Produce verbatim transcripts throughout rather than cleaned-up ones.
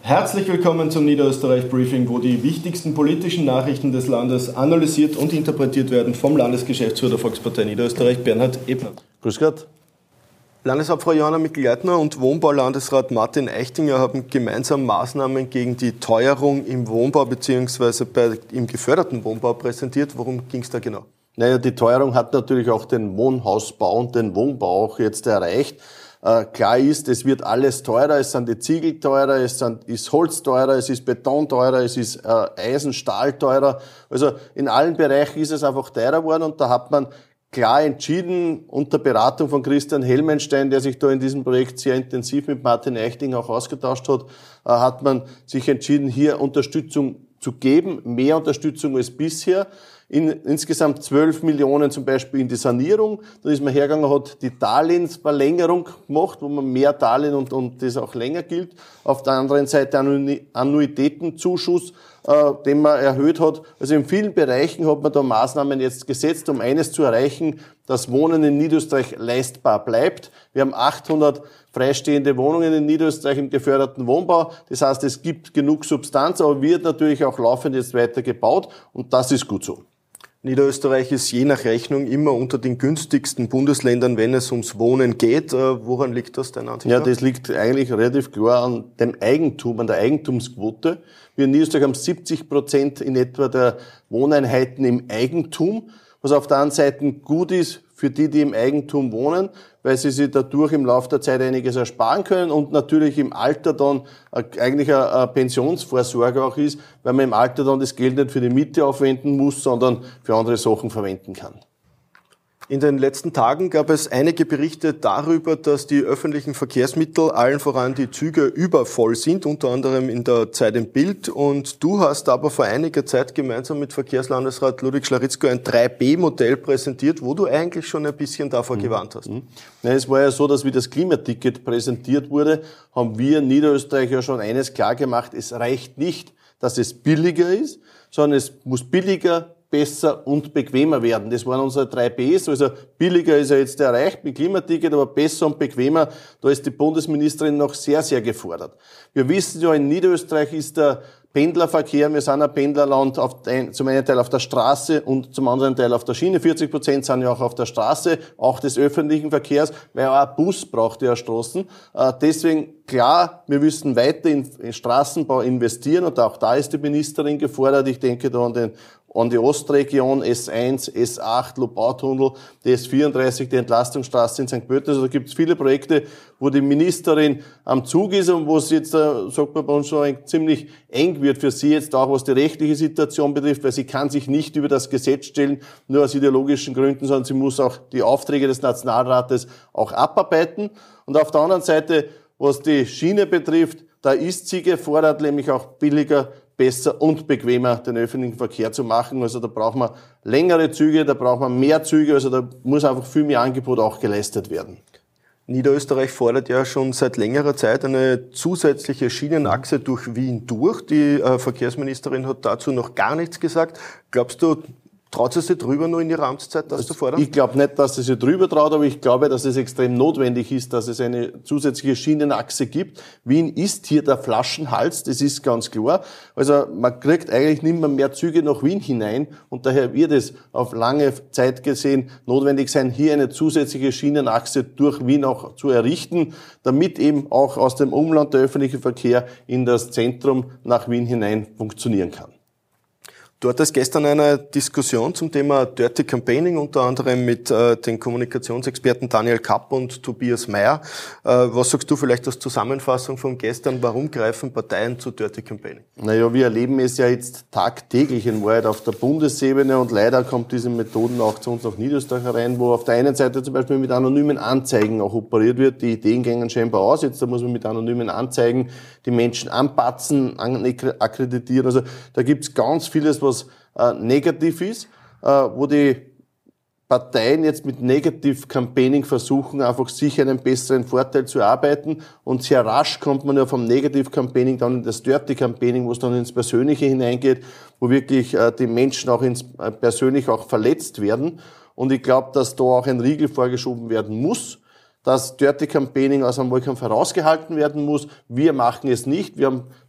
Herzlich willkommen zum Niederösterreich Briefing, wo die wichtigsten politischen Nachrichten des Landes analysiert und interpretiert werden vom Landesgeschäftsführer der Volkspartei Niederösterreich, Bernhard Ebner. Grüß Gott. Landeshauptfrau Johanna Mikl-Leitner und Wohnbaulandesrat Martin Eichtinger haben gemeinsam Maßnahmen gegen die Teuerung im Wohnbau bzw. bei im geförderten Wohnbau präsentiert. Worum ging es da genau? Naja, die Teuerung hat natürlich auch den Wohnhausbau und den Wohnbau auch jetzt erreicht. Äh, klar ist, es wird alles teurer, es sind die Ziegel teurer, es sind, ist Holz teurer, es ist Beton teurer, es ist äh, Eisen, Stahl teurer. Also in allen Bereichen ist es einfach teurer geworden und da hat man klar entschieden, unter Beratung von Christian Helmenstein, der sich da in diesem Projekt sehr intensiv mit Martin Eichtinger auch ausgetauscht hat, äh, hat man sich entschieden, hier Unterstützung zu geben, mehr Unterstützung als bisher. In, insgesamt zwölf Millionen zum Beispiel in die Sanierung. Dann ist man hergegangen, hat die Darlehensverlängerung gemacht, wo man mehr Darlehen und, und das auch länger gilt. Auf der anderen Seite Annuitätenzuschuss, äh, den man erhöht hat. Also in vielen Bereichen hat man da Maßnahmen jetzt gesetzt, um eines zu erreichen, dass Wohnen in Niederösterreich leistbar bleibt. Wir haben achthundert freistehende Wohnungen in Niederösterreich im geförderten Wohnbau. Das heißt, es gibt genug Substanz, aber wird natürlich auch laufend jetzt weiter gebaut und das ist gut so. Niederösterreich ist je nach Rechnung immer unter den günstigsten Bundesländern, wenn es ums Wohnen geht. Woran liegt das deiner Ansicht nach? Ja, das liegt eigentlich relativ klar an dem Eigentum, an der Eigentumsquote. Wir in Niederösterreich haben siebzig Prozent in etwa der Wohneinheiten im Eigentum, was auf der anderen Seite gut ist für die, die im Eigentum wohnen, weil sie sich dadurch im Laufe der Zeit einiges ersparen können und natürlich im Alter dann eigentlich eine Pensionsvorsorge auch ist, weil man im Alter dann das Geld nicht für die Miete aufwenden muss, sondern für andere Sachen verwenden kann. In den letzten Tagen gab es einige Berichte darüber, dass die öffentlichen Verkehrsmittel, allen voran die Züge, übervoll sind, unter anderem in der Zeit im Bild. Und du hast aber vor einiger Zeit gemeinsam mit Verkehrslandesrat Ludwig Schlaritzko ein drei B Modell präsentiert, wo du eigentlich schon ein bisschen davor mhm. gewarnt hast. Mhm. Ja, es war ja so, dass wie das Klimaticket präsentiert wurde, haben wir in Niederösterreich ja schon eines klar gemacht, es reicht nicht, dass es billiger ist, sondern es muss billiger, besser und bequemer werden. Das waren unsere drei Bs. Also billiger ist ja jetzt erreicht mit Klimaticket, aber besser und bequemer, da ist die Bundesministerin noch sehr, sehr gefordert. Wir wissen ja, in Niederösterreich ist der Pendlerverkehr, wir sind ein Pendlerland, auf ein, zum einen Teil auf der Straße und zum anderen Teil auf der Schiene. vierzig Prozent sind ja auch auf der Straße, auch des öffentlichen Verkehrs, weil auch ein Bus braucht ja Straßen. Äh, deswegen klar, wir müssen weiter in, in Straßenbau investieren und auch da ist die Ministerin gefordert. Ich denke da an den an die Ostregion, S eins, S acht, Lobautunnel, die S vierunddreißig, die Entlastungsstraße in Sankt Pölten. Also da gibt es viele Projekte, wo die Ministerin am Zug ist und wo es jetzt, äh, sagt man bei uns schon, ziemlich eng wird für sie jetzt auch, was die rechtliche Situation betrifft, weil sie kann sich nicht über das Gesetz stellen, nur aus ideologischen Gründen, sondern sie muss auch die Aufträge des Nationalrates auch abarbeiten. Und auf der anderen Seite, was die Schiene betrifft, da ist sie gefordert, nämlich auch billiger, besser und bequemer den öffentlichen Verkehr zu machen. Also da braucht man längere Züge, da braucht man mehr Züge, also da muss einfach viel mehr Angebot auch geleistet werden. Niederösterreich fordert ja schon seit längerer Zeit eine zusätzliche Schienenachse durch Wien durch. Die äh, Verkehrsministerin hat dazu noch gar nichts gesagt. Glaubst du, traut sie sich drüber nur in ihrer Amtszeit, das zu fordern? Ich glaube nicht, dass sie sich drüber traut, aber ich glaube, dass es extrem notwendig ist, dass es eine zusätzliche Schienenachse gibt. Wien ist hier der Flaschenhals, das ist ganz klar. Also man kriegt eigentlich nicht mehr mehr Züge nach Wien hinein und daher wird es auf lange Zeit gesehen notwendig sein, hier eine zusätzliche Schienenachse durch Wien auch zu errichten, damit eben auch aus dem Umland der öffentliche Verkehr in das Zentrum nach Wien hinein funktionieren kann. Du hattest gestern eine Diskussion zum Thema Dirty Campaigning, unter anderem mit äh, den Kommunikationsexperten Daniel Kapp und Tobias Meyer. Äh, was sagst du vielleicht als Zusammenfassung von gestern? Warum greifen Parteien zu Dirty Campaigning? Naja, wir erleben es ja jetzt tagtäglich in Wahrheit auf der Bundesebene und leider kommt diese Methoden auch zu uns nach Niederösterreich herein, wo auf der einen Seite zum Beispiel mit anonymen Anzeigen auch operiert wird. Die Ideen gehen scheinbar aus. Jetzt da muss man mit anonymen Anzeigen die Menschen anpatzen, akkreditieren. Also da gibt's ganz vieles, was äh, negativ ist, äh, wo die Parteien jetzt mit Negativ-Campaigning versuchen, einfach sich einen besseren Vorteil zu erarbeiten. Und sehr rasch kommt man ja vom Negativ-Campaigning dann in das Dirty-Campaigning, wo es dann ins Persönliche hineingeht, wo wirklich äh, die Menschen auch ins äh, Persönliche auch verletzt werden. Und ich glaube, dass da auch ein Riegel vorgeschoben werden muss, dass Dirty Campaigning aus einem Wahlkampf herausgehalten werden muss. Wir machen es nicht. Wir haben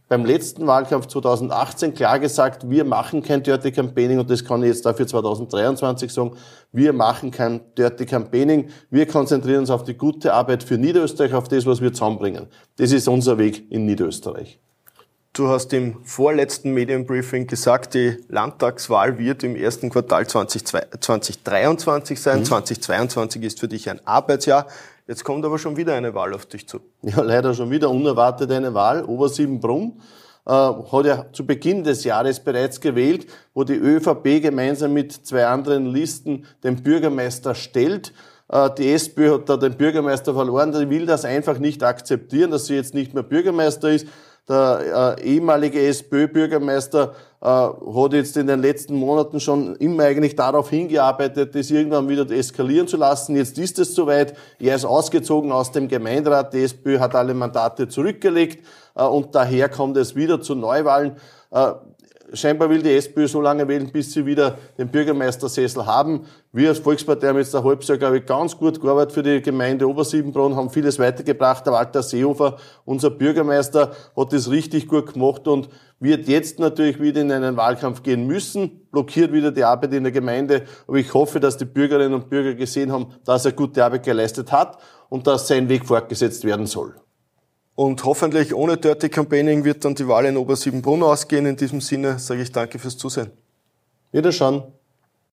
beim letzten Wahlkampf zweitausendachtzehn klar gesagt, wir machen kein Dirty Campaigning und das kann ich jetzt dafür zweitausenddreiundzwanzig sagen, wir machen kein Dirty Campaigning, wir konzentrieren uns auf die gute Arbeit für Niederösterreich, auf das, was wir zusammenbringen. Das ist unser Weg in Niederösterreich. Du hast im vorletzten Medienbriefing gesagt, die Landtagswahl wird im ersten Quartal zweitausenddreiundzwanzig sein. Mhm. zweitausendzweiundzwanzig ist für dich ein Arbeitsjahr. Jetzt kommt aber schon wieder eine Wahl auf dich zu. Ja, leider schon wieder unerwartet eine Wahl. Obersiebenbrunn äh, hat ja zu Beginn des Jahres bereits gewählt, wo die ÖVP gemeinsam mit zwei anderen Listen den Bürgermeister stellt. Äh, die SPÖ hat da den Bürgermeister verloren. Die will das einfach nicht akzeptieren, dass sie jetzt nicht mehr Bürgermeister ist. Der äh, ehemalige SPÖ-Bürgermeister äh, hat jetzt in den letzten Monaten schon immer eigentlich darauf hingearbeitet, das irgendwann wieder eskalieren zu lassen. Jetzt ist es soweit. Er ist ausgezogen aus dem Gemeinderat. Die SPÖ hat alle Mandate zurückgelegt äh, und daher kommt es wieder zu Neuwahlen. Äh, Scheinbar will die SPÖ so lange wählen, bis sie wieder den Bürgermeistersessel haben. Wir als Volkspartei haben jetzt ein halbes Jahr, glaube ich, ganz gut gearbeitet für die Gemeinde Obersiebenbrunn, haben vieles weitergebracht. Der Walter Seehofer, unser Bürgermeister, hat das richtig gut gemacht und wird jetzt natürlich wieder in einen Wahlkampf gehen müssen, blockiert wieder die Arbeit in der Gemeinde. Aber ich hoffe, dass die Bürgerinnen und Bürger gesehen haben, dass er gute Arbeit geleistet hat und dass sein Weg fortgesetzt werden soll. Und hoffentlich ohne Dirty Campaigning wird dann die Wahl in Obersiebenbrunn ausgehen. In diesem Sinne sage ich danke fürs Zusehen. Wiederschauen.